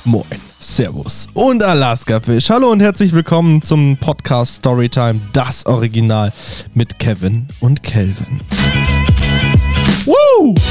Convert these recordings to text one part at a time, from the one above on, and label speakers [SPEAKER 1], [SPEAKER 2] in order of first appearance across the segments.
[SPEAKER 1] Moin, Servus und Alaska-Fisch. Hallo und herzlich willkommen zum Podcast Storytime, das Original mit Kevin und Kelvin. Woo!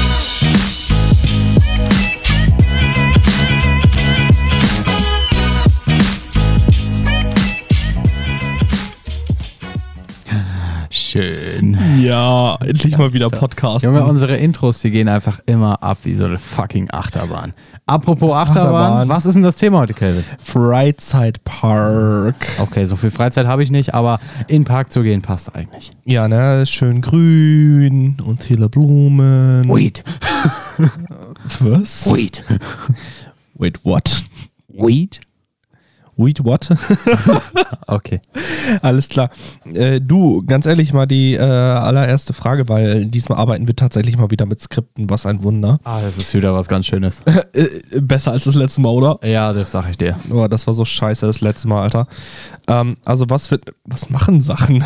[SPEAKER 2] Schön.
[SPEAKER 1] Ja, endlich mal wieder Podcast.
[SPEAKER 2] Junge, unsere Intros, die gehen einfach immer ab wie so eine fucking Achterbahn. Apropos Achterbahn, was ist denn das Thema heute, Kelvin?
[SPEAKER 1] Freizeitpark.
[SPEAKER 2] Okay, so viel Freizeit habe ich nicht, aber in den Park zu gehen passt eigentlich.
[SPEAKER 1] Ja, ne, schön grün und viele Blumen.
[SPEAKER 2] Weed.
[SPEAKER 1] Was?
[SPEAKER 2] Weed.
[SPEAKER 1] Wait, what?
[SPEAKER 2] Weed?
[SPEAKER 1] Weed, what?
[SPEAKER 2] Okay.
[SPEAKER 1] Alles klar. Du, ganz ehrlich mal die allererste Frage, weil diesmal arbeiten wir tatsächlich mal wieder mit Skripten, was ein Wunder.
[SPEAKER 2] Ah, das ist wieder was ganz Schönes.
[SPEAKER 1] Besser als das letzte Mal, oder?
[SPEAKER 2] Ja, das sag ich dir.
[SPEAKER 1] Oh, das war so scheiße das letzte Mal, Alter. Also was machen Sachen?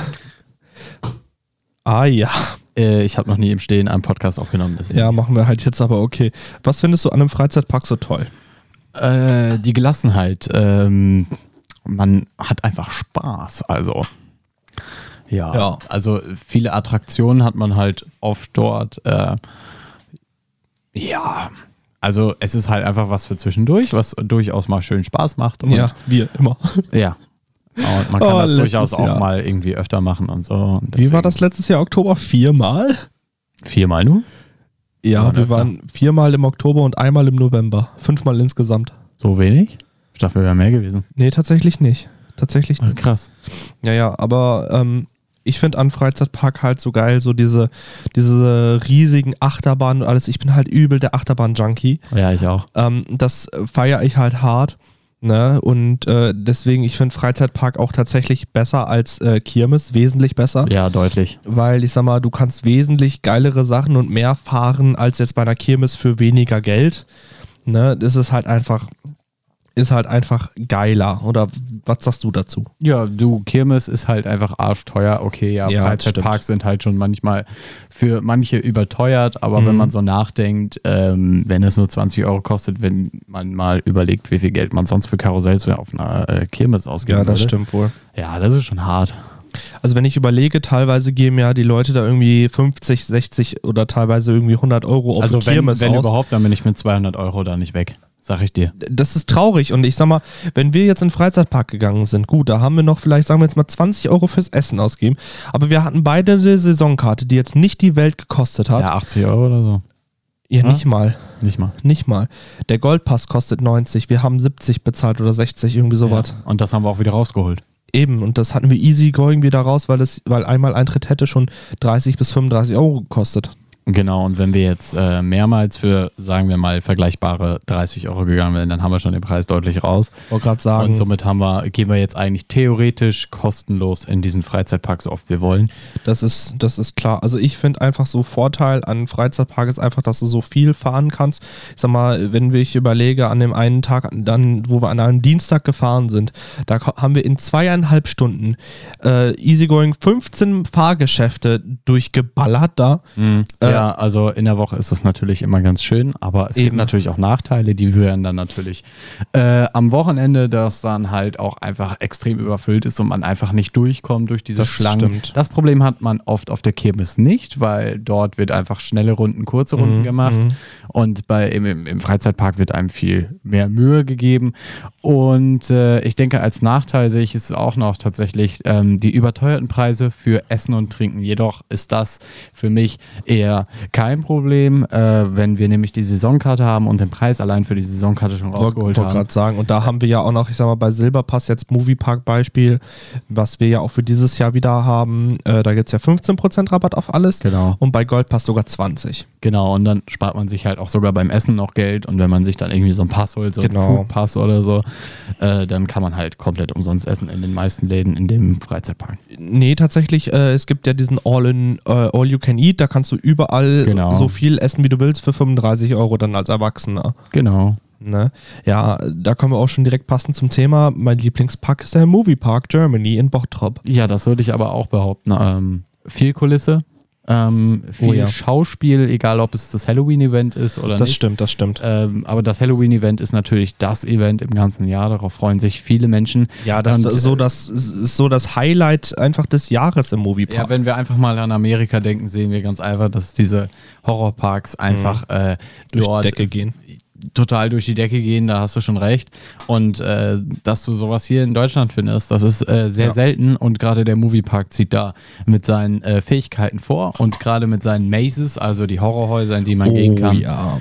[SPEAKER 1] Ah ja.
[SPEAKER 2] Ich habe noch nie im Stehen einen Podcast aufgenommen. Deswegen.
[SPEAKER 1] Ja, machen wir halt jetzt aber okay. Was findest du an einem Freizeitpark so toll?
[SPEAKER 2] Die Gelassenheit. Man hat einfach Spaß. Also, ja. Also viele Attraktionen hat man halt oft dort. Ja, also es ist halt einfach was für zwischendurch, was durchaus mal schön Spaß macht. Und
[SPEAKER 1] ja, wir immer.
[SPEAKER 2] Ja. Und man kann das durchaus auch mal irgendwie öfter machen und so. Und
[SPEAKER 1] wie war das letztes Jahr Oktober? 4-mal?
[SPEAKER 2] 4-mal nur?
[SPEAKER 1] Ja, wir waren 4-mal im Oktober und einmal im November. 5-mal insgesamt.
[SPEAKER 2] So wenig? Ich dachte, wir wären mehr gewesen.
[SPEAKER 1] Nee, tatsächlich nicht. Tatsächlich nicht.
[SPEAKER 2] Krass.
[SPEAKER 1] Ja, aber ich finde an Freizeitpark halt so geil, so diese riesigen Achterbahnen und alles. Ich bin halt übel der Achterbahn-Junkie.
[SPEAKER 2] Ja, ich auch.
[SPEAKER 1] Das feiere ich halt hart. Ne? Und deswegen, ich finde Freizeitpark auch tatsächlich besser als Kirmes, wesentlich besser.
[SPEAKER 2] Ja, deutlich. Weil
[SPEAKER 1] ich sag mal, du kannst wesentlich geilere Sachen und mehr fahren als jetzt bei einer Kirmes für weniger Geld. Ne? Das ist halt einfach geiler. Oder was sagst du dazu?
[SPEAKER 2] Ja, Kirmes ist halt einfach arschteuer. Okay, ja Freizeitparks sind halt schon manchmal für manche überteuert, aber wenn man so nachdenkt, wenn es nur 20 Euro kostet, wenn man mal überlegt, wie viel Geld man sonst für Karussells auf einer Kirmes ausgeben würde.
[SPEAKER 1] Ja, das stimmt wohl.
[SPEAKER 2] Ja, das ist schon hart.
[SPEAKER 1] Also wenn ich überlege, teilweise geben ja die Leute da irgendwie 50, 60 oder teilweise irgendwie 100 Euro auf Kirmes aus.
[SPEAKER 2] Also wenn überhaupt, dann bin ich mit 200 Euro da nicht weg. Sag ich dir.
[SPEAKER 1] Das ist traurig und ich sag mal, wenn wir jetzt in den Freizeitpark gegangen sind, gut, da haben wir noch vielleicht, sagen wir jetzt mal 20 Euro fürs Essen ausgegeben, aber wir hatten beide eine Saisonkarte, die jetzt nicht die Welt gekostet hat.
[SPEAKER 2] Ja, 80 Euro oder so.
[SPEAKER 1] Ja, nicht mal.
[SPEAKER 2] Nicht mal.
[SPEAKER 1] Der Goldpass kostet 90, wir haben 70 bezahlt oder 60, irgendwie sowas.
[SPEAKER 2] Ja, und das haben wir auch wieder rausgeholt.
[SPEAKER 1] Eben, und das hatten wir easy going wieder raus, weil einmal Eintritt hätte schon 30 bis 35 Euro gekostet.
[SPEAKER 2] Genau, und wenn wir jetzt mehrmals für, sagen wir mal, vergleichbare 30 Euro gegangen wären, dann haben wir schon den Preis deutlich raus.
[SPEAKER 1] Wollte gerade sagen.
[SPEAKER 2] Und somit gehen wir jetzt eigentlich theoretisch kostenlos in diesen Freizeitpark, so oft wir wollen.
[SPEAKER 1] Das ist klar. Also ich finde einfach so Vorteil an Freizeitpark ist einfach, dass du so viel fahren kannst. Ich sag mal, wenn ich überlege, an dem einen Tag, dann, wo wir an einem Dienstag gefahren sind, da haben wir in 2,5 Stunden easygoing 15 Fahrgeschäfte durchgeballert da.
[SPEAKER 2] Ja, also in der Woche ist das natürlich immer ganz schön, aber es gibt natürlich auch Nachteile, die wären dann natürlich am Wochenende, dass dann halt auch einfach extrem überfüllt ist und man einfach nicht durchkommt durch diese Schlangen.
[SPEAKER 1] Stimmt.
[SPEAKER 2] Das Problem hat man oft auf der Kirmes nicht, weil dort wird einfach schnelle Runden, kurze Runden gemacht und im Freizeitpark wird einem viel mehr Mühe gegeben und ich denke, als Nachteil sehe ich es auch noch tatsächlich die überteuerten Preise für Essen und Trinken. Jedoch ist das für mich eher kein Problem, wenn wir nämlich die Saisonkarte haben und den Preis allein für die Saisonkarte schon rausgeholt haben.
[SPEAKER 1] Ich wollte gerade sagen, und da haben wir ja auch noch, ich sag mal, bei Silberpass jetzt Moviepark-Beispiel, was wir ja auch für dieses Jahr wieder haben, da gibt es ja 15% Rabatt auf alles.
[SPEAKER 2] Genau.
[SPEAKER 1] Und bei Goldpass sogar 20%.
[SPEAKER 2] Genau, und dann spart man sich halt auch sogar beim Essen noch Geld und wenn man sich dann irgendwie so einen Pass holt, so einen Foodpass oder so, dann kann man halt komplett umsonst essen in den meisten Läden in dem Freizeitpark.
[SPEAKER 1] Nee, tatsächlich, es gibt ja diesen All-You-Can-Eat, da kannst du überall so viel essen, wie du willst, für 35 Euro dann als Erwachsener.
[SPEAKER 2] Genau.
[SPEAKER 1] Ne? Ja, da kommen wir auch schon direkt passend zum Thema. Mein Lieblingspark ist der Moviepark Germany in Bottrop.
[SPEAKER 2] Ja, das würde ich aber auch behaupten. Viel Kulisse, Viel Schauspiel, egal ob es das Halloween-Event ist oder nicht.
[SPEAKER 1] Das stimmt.
[SPEAKER 2] Aber das Halloween-Event ist natürlich das Event im ganzen Jahr, darauf freuen sich viele Menschen.
[SPEAKER 1] Ja, das ist so das Highlight einfach des Jahres im Moviepark.
[SPEAKER 2] Ja, wenn wir einfach mal an Amerika denken, sehen wir ganz einfach, dass diese Horrorparks einfach
[SPEAKER 1] durch
[SPEAKER 2] dort
[SPEAKER 1] die Decke gehen.
[SPEAKER 2] Total durch die Decke gehen, da hast du schon recht. Und dass du sowas hier in Deutschland findest, das ist sehr selten und gerade der Moviepark zieht da mit seinen Fähigkeiten vor und gerade mit seinen Mazes, also die Horrorhäuser, in die man gehen kann.
[SPEAKER 1] Ja.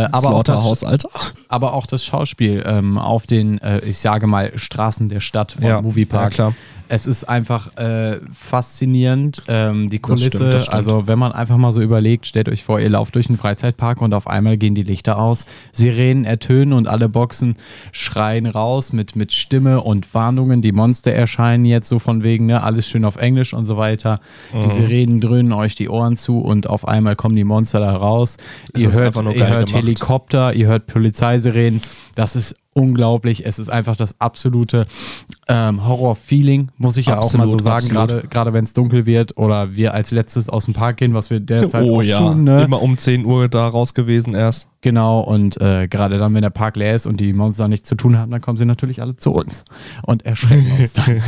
[SPEAKER 2] Aber auch das Schauspiel auf den, ich sage mal, Straßen der Stadt vom Moviepark.
[SPEAKER 1] Ja, klar.
[SPEAKER 2] Es ist einfach faszinierend, die Kulisse.
[SPEAKER 1] Das stimmt.
[SPEAKER 2] Also wenn man einfach mal so überlegt, stellt euch vor, ihr lauft durch einen Freizeitpark und auf einmal gehen die Lichter aus, Sirenen ertönen und alle Boxen schreien raus mit Stimme und Warnungen. Die Monster erscheinen jetzt so von wegen, ne, alles schön auf Englisch und so weiter. Die Sirenen dröhnen euch die Ohren zu und auf einmal kommen die Monster da raus. Ihr hört Helikopter, ihr hört Polizeisirenen. Das ist unglaublich. Es ist einfach das absolute Horror-Feeling, muss ich ja auch mal so sagen, gerade wenn es dunkel wird oder wir als letztes aus dem Park gehen, was wir derzeit tun. Ne?
[SPEAKER 1] Immer um 10 Uhr da raus gewesen erst.
[SPEAKER 2] Genau, und gerade dann, wenn der Park leer ist und die Monster nichts zu tun haben, dann kommen sie natürlich alle zu uns und erschrecken uns dann.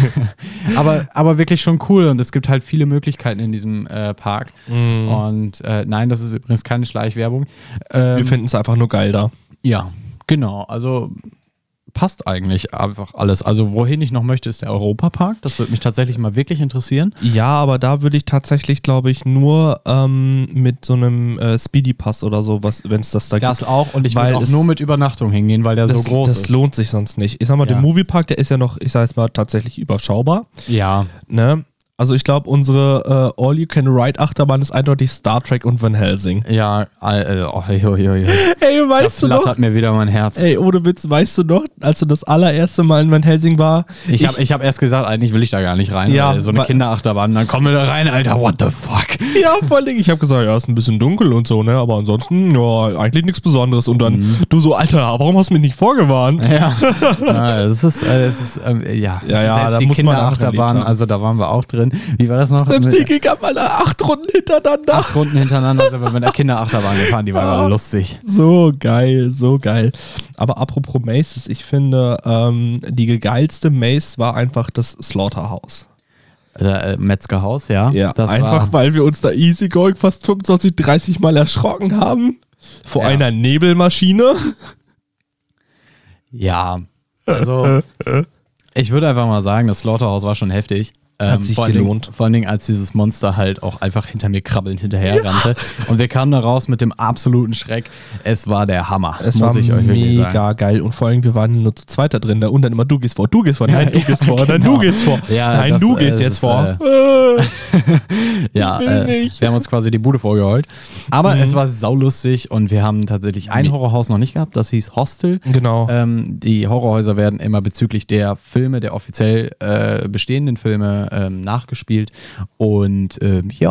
[SPEAKER 2] aber wirklich schon cool und es gibt halt viele Möglichkeiten in diesem Park. Und nein, das ist übrigens keine Schleichwerbung.
[SPEAKER 1] Wir finden es einfach nur geil da.
[SPEAKER 2] Ja, genau, also passt eigentlich einfach alles. Also wohin ich noch möchte, ist der Europapark. Das würde mich tatsächlich mal wirklich interessieren.
[SPEAKER 1] Ja, aber da würde ich tatsächlich, glaube ich, nur mit so einem Speedy Pass oder so, wenn es das da gibt.
[SPEAKER 2] Das auch und ich würde auch nur mit Übernachtung hingehen, weil der so groß ist.
[SPEAKER 1] Das lohnt sich sonst nicht. Ich sag mal, der Moviepark, der ist ja noch, ich sag jetzt mal, tatsächlich überschaubar.
[SPEAKER 2] Ja.
[SPEAKER 1] Ne? Also ich glaube, unsere All-You-Can-Ride-Achterbahn ist eindeutig Star Trek und Van Helsing.
[SPEAKER 2] Ja,
[SPEAKER 1] Hey, weißt du noch?
[SPEAKER 2] Da flattert mir wieder mein Herz.
[SPEAKER 1] Ey, ohne Witz, weißt du noch, als du das allererste Mal in Van Helsing war?
[SPEAKER 2] Ich hab erst gesagt, eigentlich will ich da gar nicht rein.
[SPEAKER 1] Ja,
[SPEAKER 2] so eine Kinderachterbahn, dann kommen wir da rein, Alter, what the fuck?
[SPEAKER 1] Ja, vor allem, ich habe gesagt, ja, ist ein bisschen dunkel und so, ne, aber ansonsten, ja, eigentlich nichts Besonderes. Und dann du so, Alter, warum hast du mich nicht vorgewarnt?
[SPEAKER 2] Ja, das ist selbst
[SPEAKER 1] da
[SPEAKER 2] die
[SPEAKER 1] muss
[SPEAKER 2] Kinderachterbahn, also da waren wir auch drin. Wie war das noch?
[SPEAKER 1] Selbst die ging ab, Alter, 8 Runden hintereinander.
[SPEAKER 2] 8 Runden hintereinander sind wir mit der Kinderachterbahn gefahren, die war aber lustig.
[SPEAKER 1] So geil, so geil. Aber apropos Maces, ich finde, die geilste Mace war einfach das Slaughterhouse.
[SPEAKER 2] Metzgerhaus, ja.
[SPEAKER 1] Ja, das einfach, weil wir uns da easygoing fast 25, 30 Mal erschrocken haben. Vor einer Nebelmaschine.
[SPEAKER 2] Ja, also ich würde einfach mal sagen, das Slaughterhouse war schon heftig.
[SPEAKER 1] Hat sich gelohnt.
[SPEAKER 2] Vor allen Dingen, als dieses Monster halt auch einfach hinter mir krabbelnd hinterher rannte. Und wir kamen da raus mit dem absoluten Schreck. Es war der Hammer.
[SPEAKER 1] Es war mega geil. Und vor allem, wir waren nur zu zweit da drin. Und dann immer, du gehst vor, nein, du gehst vor, nein, du gehst vor.
[SPEAKER 2] Ja,
[SPEAKER 1] nein, du gehst jetzt vor.
[SPEAKER 2] Ja, wir haben uns quasi die Bude vorgeheult. Aber es war saulustig und wir haben tatsächlich ein Horrorhaus noch nicht gehabt. Das hieß Hostel.
[SPEAKER 1] Genau.
[SPEAKER 2] Die Horrorhäuser werden immer bezüglich der Filme, der offiziell bestehenden Filme nachgespielt und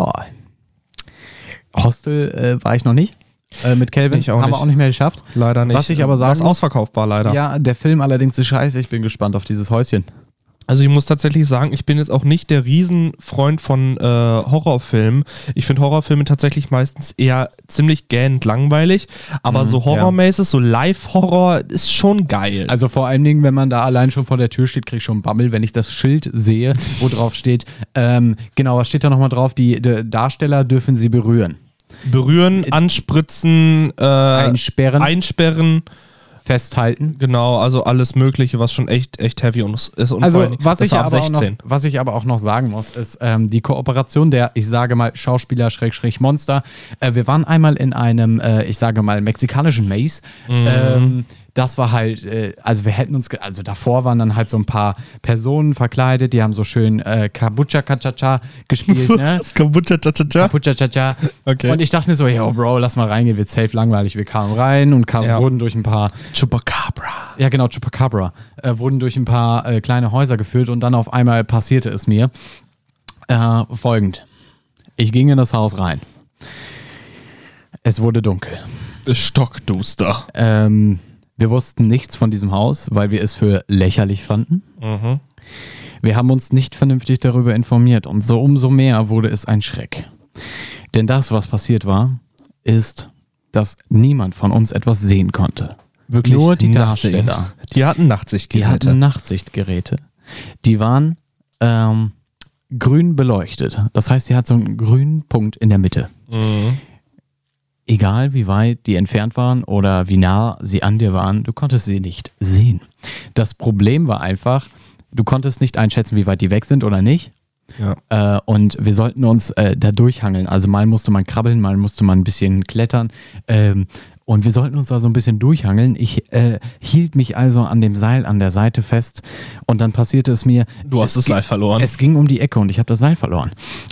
[SPEAKER 2] Hostel war ich noch nicht mit Kelvin, haben wir auch nicht mehr geschafft.
[SPEAKER 1] Leider nicht.
[SPEAKER 2] Was ich aber sagen muss,
[SPEAKER 1] ausverkauft war leider.
[SPEAKER 2] Ja, der Film allerdings ist scheiße, ich bin gespannt auf dieses Häuschen.
[SPEAKER 1] Also ich muss tatsächlich sagen, ich bin jetzt auch nicht der Riesenfreund von Horrorfilmen. Ich finde Horrorfilme tatsächlich meistens eher ziemlich gähnend langweilig, aber so Horror-Maces, so Live-Horror ist schon geil.
[SPEAKER 2] Also vor allen Dingen, wenn man da allein schon vor der Tür steht, kriege ich schon Bammel, wenn ich das Schild sehe, wo drauf steht, was steht da nochmal drauf? Die Darsteller dürfen sie berühren.
[SPEAKER 1] Berühren, anspritzen, einsperren.
[SPEAKER 2] Festhalten.
[SPEAKER 1] Genau, also alles Mögliche, was schon echt heavy ist. Und
[SPEAKER 2] also was ich aber auch noch sagen muss, ist die Kooperation der, ich sage mal, Schauspieler / Monster. Wir waren einmal in einem, ich sage mal, mexikanischen Maze. Das war halt, also wir hätten uns, also davor waren dann halt so ein paar Personen verkleidet, die haben so schön Kabucha Cha-Cha gespielt, ne?
[SPEAKER 1] Kabucha Cha-Cha?
[SPEAKER 2] Kabucha Cha-Cha.
[SPEAKER 1] Okay.
[SPEAKER 2] Und ich dachte mir so, yo Bro, lass mal reingehen, wird safe langweilig. Wir kamen rein und wurden durch ein paar
[SPEAKER 1] Chupacabra.
[SPEAKER 2] Ja genau, Chupacabra. Wurden durch ein paar kleine Häuser geführt und dann auf einmal passierte es mir folgend. Ich ging in das Haus rein. Es wurde dunkel.
[SPEAKER 1] Stockduster.
[SPEAKER 2] Wir wussten nichts von diesem Haus, weil wir es für lächerlich fanden. Wir haben uns nicht vernünftig darüber informiert und so umso mehr wurde es ein Schreck. Denn das, was passiert war, ist, dass niemand von uns etwas sehen konnte.
[SPEAKER 1] Wirklich
[SPEAKER 2] nur die
[SPEAKER 1] nothing.
[SPEAKER 2] Darsteller.
[SPEAKER 1] Die hatten Nachtsichtgeräte.
[SPEAKER 2] Die hatten Nachtsichtgeräte. Die waren grün beleuchtet. Das heißt, die hat so einen grünen Punkt in der Mitte.
[SPEAKER 1] Mhm.
[SPEAKER 2] Egal wie weit die entfernt waren oder wie nah sie an dir waren, du konntest sie nicht sehen. Das Problem war einfach, du konntest nicht einschätzen, wie weit die weg sind oder nicht.
[SPEAKER 1] Ja.
[SPEAKER 2] Und wir sollten uns da durchhangeln. Also mal musste man krabbeln, mal musste man ein bisschen klettern. Und wir sollten uns da so ein bisschen durchhangeln. Ich hielt mich also an dem Seil an der Seite fest und dann passierte es mir.
[SPEAKER 1] Du hast das Seil verloren.
[SPEAKER 2] Es ging um die Ecke und ich habe das Seil verloren.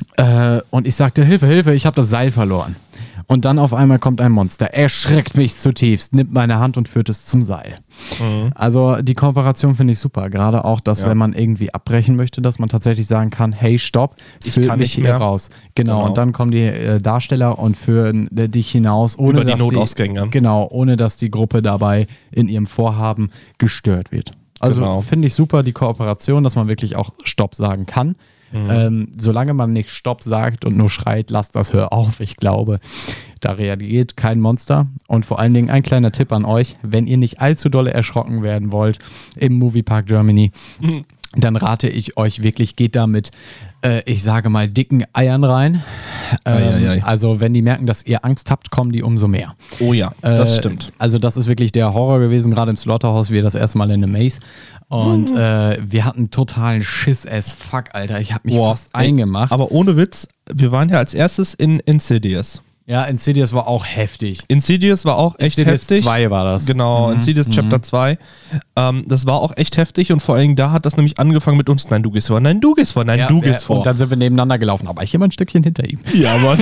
[SPEAKER 2] Und ich sagte, Hilfe, Hilfe, ich habe das Seil verloren. Und dann auf einmal kommt ein Monster, erschreckt mich zutiefst, nimmt meine Hand und führt es zum Seil. Mhm. Also die Kooperation finde ich super. Gerade auch, dass wenn man irgendwie abbrechen möchte, dass man tatsächlich sagen kann, hey, stopp, führt mich hier raus. Genau, und dann kommen die Darsteller und führen dich hinaus, ohne
[SPEAKER 1] über die Notausgänge.
[SPEAKER 2] Genau, ohne dass die Gruppe dabei in ihrem Vorhaben gestört wird. Also finde ich super, die Kooperation, dass man wirklich auch Stopp sagen kann. Solange man nicht Stopp sagt und nur schreit, lasst das, hör auf, ich glaube, da reagiert kein Monster. Und vor allen Dingen ein kleiner Tipp an euch, wenn ihr nicht allzu dolle erschrocken werden wollt im Moviepark Germany, dann rate ich euch wirklich, geht da mit, ich sage mal, dicken Eiern rein. Also wenn die merken, dass ihr Angst habt, kommen die umso mehr.
[SPEAKER 1] Oh ja, das stimmt.
[SPEAKER 2] Also das ist wirklich der Horror gewesen, gerade im Slaughterhouse, wir das erste Mal in der Maze. Und wir hatten totalen Schiss as fuck, Alter. Ich habe mich fast eingemacht.
[SPEAKER 1] Aber ohne Witz, wir waren ja als erstes in Insidious.
[SPEAKER 2] Ja, Insidious war auch heftig.
[SPEAKER 1] Insidious war auch echt
[SPEAKER 2] Insidious
[SPEAKER 1] heftig.
[SPEAKER 2] 2 war das.
[SPEAKER 1] Genau, Insidious Chapter 2. Das war auch echt heftig und vor allem da hat das nämlich angefangen mit uns, nein, du gehst vor, nein, du gehst vor, nein, du gehst vor.
[SPEAKER 2] Und dann sind wir nebeneinander gelaufen, aber ich immer ein Stückchen hinter ihm.
[SPEAKER 1] Ja, Mann.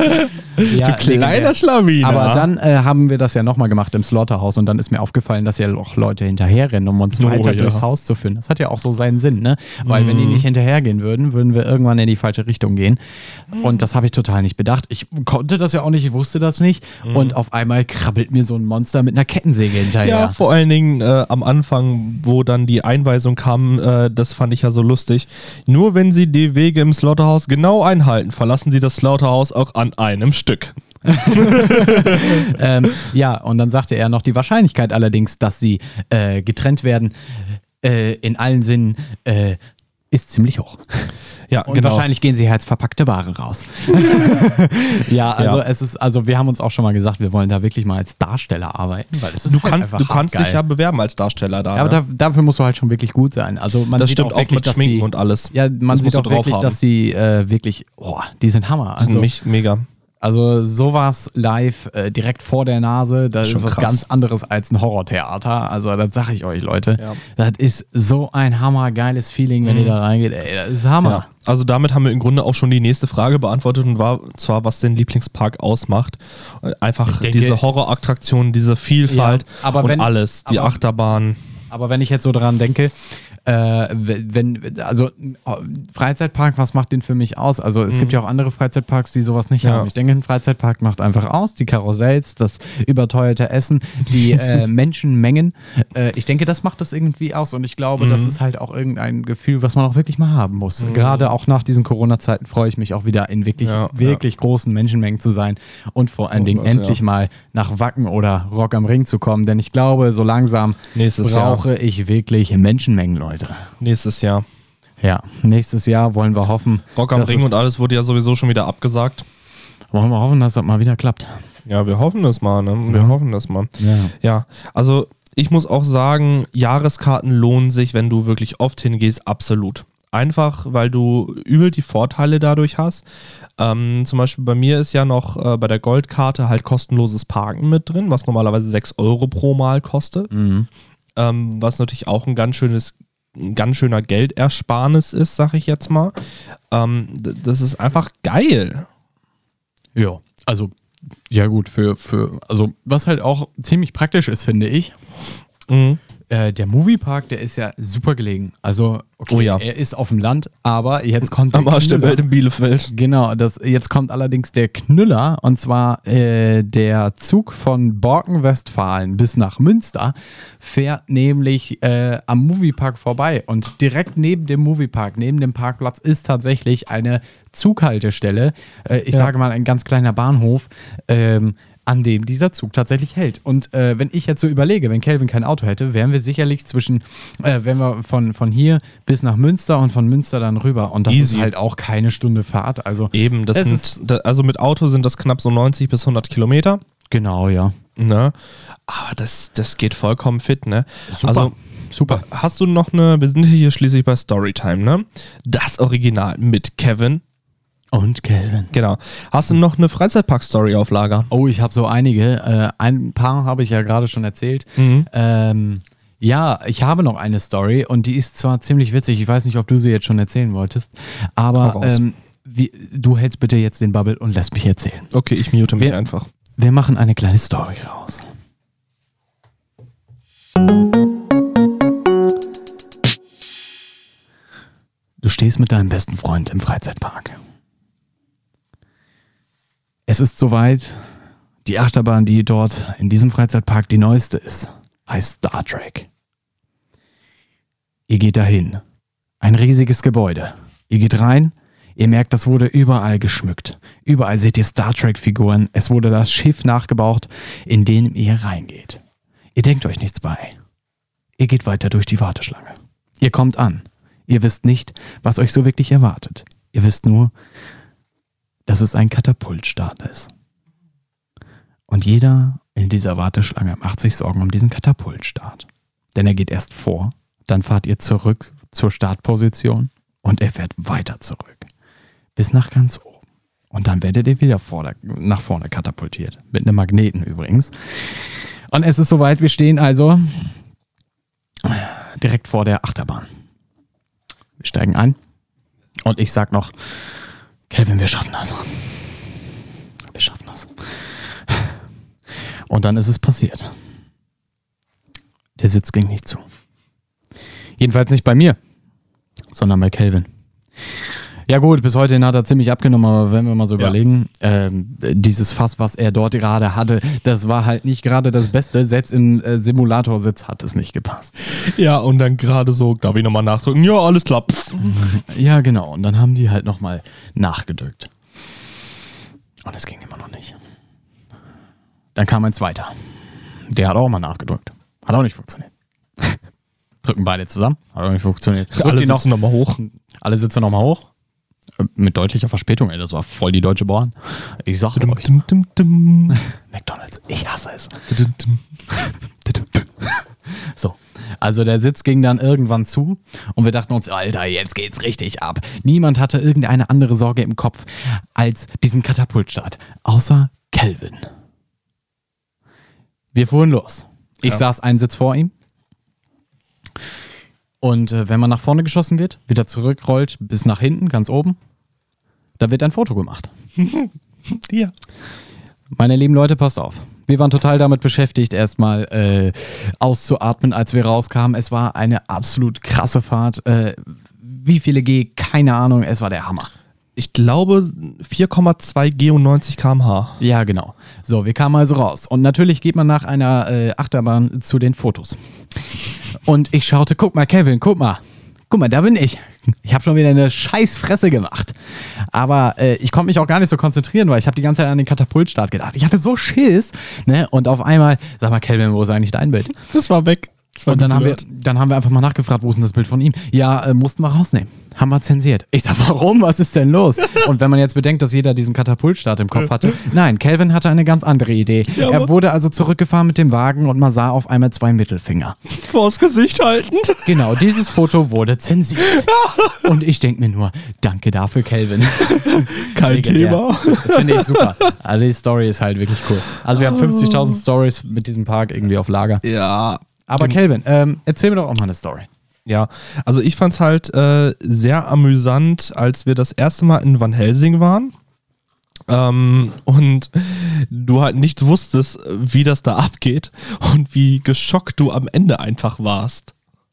[SPEAKER 2] Ja,
[SPEAKER 1] du kleiner Schlawiner.
[SPEAKER 2] Aber dann haben wir das ja nochmal gemacht im Slaughterhouse und dann ist mir aufgefallen, dass ja auch Leute hinterherrennen, um uns weiter durchs Haus zu führen. Das hat ja auch so seinen Sinn, ne? Weil wenn die nicht hinterhergehen würden, würden wir irgendwann in die falsche Richtung gehen. Und das habe ich total nicht bedacht. Ich konnte das ja auch nicht, ich wusste das nicht. Und auf einmal krabbelt mir so ein Monster mit einer Kettensäge hinterher.
[SPEAKER 1] Ja, vor allen Dingen am Anfang, wo dann die Einweisung kam, das fand ich ja so lustig. Nur wenn Sie die Wege im Slaughterhouse genau einhalten, verlassen Sie das Slaughterhouse auch an einem Stück.
[SPEAKER 2] Ja, und dann sagte er noch die Wahrscheinlichkeit allerdings, dass sie getrennt werden, in allen Sinnen, ist ziemlich hoch.
[SPEAKER 1] Ja,
[SPEAKER 2] und wahrscheinlich gehen sie als verpackte Ware raus. Ja, also es ist, also wir haben uns auch schon mal gesagt, wir wollen da wirklich mal als Darsteller arbeiten, weil es ist
[SPEAKER 1] du kannst dich ja bewerben als Darsteller da.
[SPEAKER 2] Ja, aber dafür musst du halt schon wirklich gut sein. Also man
[SPEAKER 1] das
[SPEAKER 2] sieht
[SPEAKER 1] stimmt
[SPEAKER 2] auch wirklich,
[SPEAKER 1] mit
[SPEAKER 2] dass
[SPEAKER 1] Schminken
[SPEAKER 2] die,
[SPEAKER 1] und alles.
[SPEAKER 2] Ja, man sieht auch wirklich, dass die wirklich, die sind Hammer.
[SPEAKER 1] Die sind mega.
[SPEAKER 2] Also sowas live direkt vor der Nase, das ist was
[SPEAKER 1] krass.
[SPEAKER 2] ganz anderes als ein Horrortheater. Also das sage ich euch, Leute.
[SPEAKER 1] Ja.
[SPEAKER 2] Das ist so ein hammergeiles Feeling, wenn ihr da reingeht. Ey, das ist Hammer.
[SPEAKER 1] Ja. Also damit haben wir im Grunde auch schon die nächste Frage beantwortet und zwar, was den Lieblingspark ausmacht. Einfach diese Horrorattraktionen, diese Vielfalt und alles, die Achterbahn.
[SPEAKER 2] Aber wenn ich jetzt so dran denke, Freizeitpark, was macht den für mich aus? Also es gibt ja auch andere Freizeitparks, die sowas nicht haben. Ich denke, ein Freizeitpark macht einfach aus, die Karussells, das überteuerte Essen, die Menschenmengen. Ich denke, das macht das irgendwie aus und ich glaube, das ist halt auch irgendein Gefühl, was man auch wirklich mal haben muss. Gerade auch nach diesen Corona-Zeiten freue ich mich auch wieder in wirklich großen Menschenmengen zu sein und vor allen Dingen endlich mal nach Wacken oder Rock am Ring zu kommen, denn ich glaube, so langsam brauche ich wirklich Menschenmengen, Leute.
[SPEAKER 1] Nächstes Jahr.
[SPEAKER 2] Ja, nächstes Jahr wollen wir hoffen.
[SPEAKER 1] Rock am Ring und alles wurde ja sowieso schon wieder abgesagt.
[SPEAKER 2] Wollen wir hoffen, dass das mal wieder klappt.
[SPEAKER 1] Ja, wir hoffen das mal, ne? Wir hoffen das mal. Ja, also ich muss auch sagen, Jahreskarten lohnen sich, wenn du wirklich oft hingehst, absolut. Einfach, weil du übel die Vorteile dadurch hast. Zum Beispiel bei mir ist ja noch bei der Goldkarte halt kostenloses Parken mit drin, was normalerweise 6 € pro Mal kostet. Was natürlich auch ein ganz schöner Geldersparnis ist, sag ich jetzt mal. Das ist einfach geil.
[SPEAKER 2] Ja, also, ja gut, also was halt auch ziemlich praktisch ist, finde ich, Der Moviepark, der ist ja super gelegen. Also, okay,
[SPEAKER 1] Oh ja.
[SPEAKER 2] er ist auf dem Land, aber jetzt kommt
[SPEAKER 1] Am Arsch der
[SPEAKER 2] Knüller.
[SPEAKER 1] Welt in Bielefeld.
[SPEAKER 2] Genau, jetzt kommt allerdings der Knüller, und zwar der Zug von Borken-Westfalen bis nach Münster fährt nämlich am Moviepark vorbei, und direkt neben dem Moviepark, neben dem Parkplatz, ist tatsächlich eine Zughaltestelle, ich sage mal ein ganz kleiner Bahnhof, an dem dieser Zug tatsächlich hält. Und wenn ich jetzt so überlege, wenn Kelvin kein Auto hätte, wären wir sicherlich wenn wir von hier bis nach Münster und von Münster dann rüber. Und das
[SPEAKER 1] Easy.
[SPEAKER 2] ist halt auch keine Stunde Fahrt. Also
[SPEAKER 1] Eben, also mit Auto sind das knapp so 90 bis 100 Kilometer.
[SPEAKER 2] genau, ja.
[SPEAKER 1] Ne? Aber das geht vollkommen fit, ne?
[SPEAKER 2] Super.
[SPEAKER 1] Also,
[SPEAKER 2] Super.
[SPEAKER 1] hast du noch wir sind hier schließlich bei Storytime, ne? Das Original mit Kevin.
[SPEAKER 2] Und Kelvin.
[SPEAKER 1] Genau. Hast du noch eine Freizeitpark-Story auf Lager?
[SPEAKER 2] Oh, ich habe so einige. Ein paar habe ich ja gerade schon erzählt. Ja, ich habe noch eine Story, und die ist zwar ziemlich witzig. Ich weiß nicht, ob du sie jetzt schon erzählen wolltest,
[SPEAKER 1] Hau
[SPEAKER 2] aber
[SPEAKER 1] raus.
[SPEAKER 2] du hältst bitte jetzt den Bubble und lässt mich erzählen.
[SPEAKER 1] Okay, ich mute mich
[SPEAKER 2] Wir-
[SPEAKER 1] einfach.
[SPEAKER 2] Wir machen eine kleine Story raus. Du stehst mit deinem besten Freund im Freizeitpark. Es ist soweit. Die Achterbahn, die dort in diesem Freizeitpark die neueste ist, heißt Star Trek. Ihr geht dahin. Ein riesiges Gebäude. Ihr geht rein. Ihr merkt, das wurde überall geschmückt. Überall seht ihr Star Trek-Figuren. Es wurde das Schiff nachgebaut, in dem ihr reingeht. Ihr denkt euch nichts bei. Ihr geht weiter durch die Warteschlange. Ihr kommt an. Ihr wisst nicht, was euch so wirklich erwartet. Ihr wisst nur, dass es ein Katapultstart ist. Und jeder in dieser Warteschlange macht sich Sorgen um diesen Katapultstart. Denn er geht erst vor, dann fahrt ihr zurück zur Startposition und er fährt weiter zurück. Bis nach ganz oben. Und dann werdet ihr wieder nach vorne katapultiert. Mit einem Magneten übrigens. Und es ist soweit, wir stehen also direkt vor der Achterbahn. Wir steigen ein und ich sag noch, Kelvin, wir schaffen das. Wir schaffen das. Und dann ist es passiert. Der Sitz ging nicht zu. Jedenfalls nicht bei mir, sondern bei Kelvin. Ja gut, bis heute hat er ziemlich abgenommen, aber wenn wir mal so überlegen, dieses Fass, was er dort gerade hatte, das war halt nicht gerade das Beste. Selbst im Simulatorsitz hat es nicht gepasst.
[SPEAKER 1] Ja, und dann gerade so, darf ich nochmal nachdrücken? Ja, alles klar.
[SPEAKER 2] Ja, genau. Und dann haben die halt nochmal nachgedrückt. Und es ging immer noch nicht. Dann kam ein zweiter. Der hat auch mal nachgedrückt. Hat auch nicht funktioniert. Drücken beide zusammen. Hat auch nicht funktioniert.
[SPEAKER 1] Alle sitzen nochmal hoch.
[SPEAKER 2] Alle sitzen nochmal hoch. Mit deutlicher Verspätung, ey. Das war voll die Deutsche Bahn. Ich sag's euch. McDonald's. Ich hasse es. So. Also der Sitz ging dann irgendwann zu und wir dachten uns, Alter, jetzt geht's richtig ab. Niemand hatte irgendeine andere Sorge im Kopf als diesen Katapultstart. Außer Kelvin. Wir fuhren los. Ich saß einen Sitz vor ihm. Und wenn man nach vorne geschossen wird, wieder zurückrollt bis nach hinten, ganz oben, da wird ein Foto gemacht.
[SPEAKER 1] Ja.
[SPEAKER 2] Meine lieben Leute, passt auf. Wir waren total damit beschäftigt, erstmal auszuatmen, als wir rauskamen. Es war eine absolut krasse Fahrt. Wie viele G? Keine Ahnung. Es war der Hammer.
[SPEAKER 1] Ich glaube 4,2 G und 90 km/h.
[SPEAKER 2] Ja, genau. So, wir kamen also raus. Und natürlich geht man nach einer Achterbahn zu den Fotos. Und ich schaute, guck mal, Kevin, guck mal, da bin ich. Ich habe schon wieder eine scheiß Fresse gemacht. Aber ich konnte mich auch gar nicht so konzentrieren, weil ich habe die ganze Zeit an den Katapultstart gedacht. Ich hatte so Schiss. Ne? Und auf einmal, sag mal, Kelvin, wo ist eigentlich dein Bild?
[SPEAKER 1] Das war weg.
[SPEAKER 2] Und dann haben wir einfach mal nachgefragt, wo ist denn das Bild von ihm? Ja, mussten wir rausnehmen. Haben wir zensiert. Ich sag, warum? Was ist denn los? Und wenn man jetzt bedenkt, dass jeder diesen Katapultstart im Kopf hatte. Nein, Kelvin hatte eine ganz andere Idee.
[SPEAKER 1] Ja,
[SPEAKER 2] er wurde also zurückgefahren mit dem Wagen und man sah auf einmal 2 Mittelfinger.
[SPEAKER 1] Vors Gesicht haltend.
[SPEAKER 2] Genau, dieses Foto wurde zensiert. Und ich denke mir nur, danke dafür, Kelvin.
[SPEAKER 1] Kein
[SPEAKER 2] Legendär.
[SPEAKER 1] Thema.
[SPEAKER 2] Finde ich super. Also die Story ist halt wirklich cool. Also wir haben 50.000 Stories mit diesem Park irgendwie auf Lager.
[SPEAKER 1] Ja.
[SPEAKER 2] Aber Kelvin, erzähl mir doch auch mal eine Story.
[SPEAKER 1] Ja, also ich fand's halt sehr amüsant, als wir das erste Mal in Van Helsing waren. Und du halt nicht wusstest, wie das da abgeht und wie geschockt du am Ende einfach warst.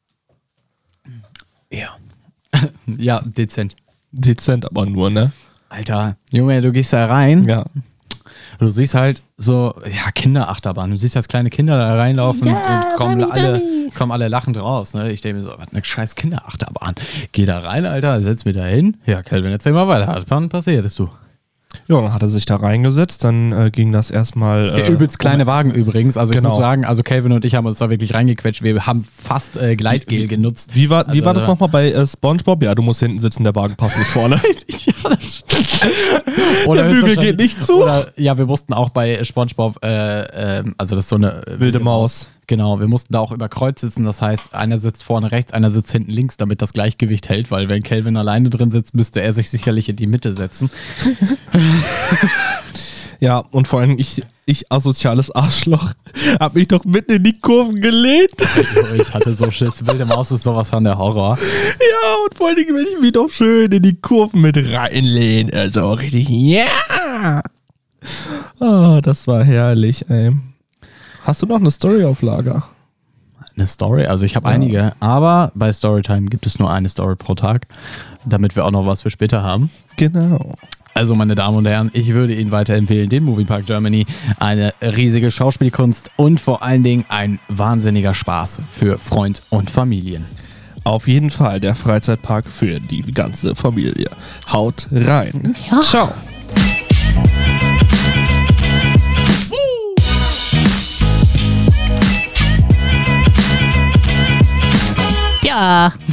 [SPEAKER 2] Ja. Ja, dezent.
[SPEAKER 1] Dezent aber nur, ne?
[SPEAKER 2] Alter, Junge, du gehst da rein.
[SPEAKER 1] Ja.
[SPEAKER 2] Du siehst halt so, ja, Kinderachterbahn. Du siehst jetzt kleine Kinder da reinlaufen und kommen alle lachend raus. Ne? Ich denke mir so, was eine scheiß Kinderachterbahn. Geh da rein, Alter, setz mich da hin. Ja, Kelvin, erzähl mal weiter. Was passiert ist du?
[SPEAKER 1] Ja, dann hat er sich da reingesetzt, dann ging das erstmal...
[SPEAKER 2] Der übelst kleine Wagen übrigens, also
[SPEAKER 1] genau.
[SPEAKER 2] Ich muss sagen, also Kelvin und ich haben uns da wirklich reingequetscht, wir haben fast Gleitgel genutzt.
[SPEAKER 1] Wie war das nochmal bei SpongeBob? Ja, du musst hinten sitzen, der Wagen passt nicht vorne.
[SPEAKER 2] Ja, das stimmt. Oder
[SPEAKER 1] der Bügel geht nicht zu.
[SPEAKER 2] Oder, ja, wir mussten auch bei SpongeBob, also das ist so eine
[SPEAKER 1] wilde Maus.
[SPEAKER 2] Genau, wir mussten da auch über Kreuz sitzen, das heißt, einer sitzt vorne rechts, einer sitzt hinten links, damit das Gleichgewicht hält, weil wenn Kelvin alleine drin sitzt, müsste er sich sicherlich in die Mitte setzen.
[SPEAKER 1] Ja, und vor allem ich asoziales Arschloch, hab mich doch mitten in die Kurven gelehnt.
[SPEAKER 2] Ich hatte so Schiss, wilde Maus ist sowas von der Horror.
[SPEAKER 1] Ja, und vor allem, wenn ich mich doch schön in die Kurven mit reinlehne, also richtig, ja. Oh, das war herrlich, ey. Hast du noch eine Story auf Lager?
[SPEAKER 2] Eine Story? Also ich habe einige, aber bei Storytime gibt es nur eine Story pro Tag, damit wir auch noch was für später haben.
[SPEAKER 1] Genau.
[SPEAKER 2] Also meine Damen und Herren, ich würde Ihnen weiterempfehlen, den Moviepark Germany, eine riesige Schauspielkunst und vor allen Dingen ein wahnsinniger Spaß für Freund und Familien.
[SPEAKER 1] Auf jeden Fall der Freizeitpark für die ganze Familie. Haut rein. Ja. Ciao.
[SPEAKER 3] Ja.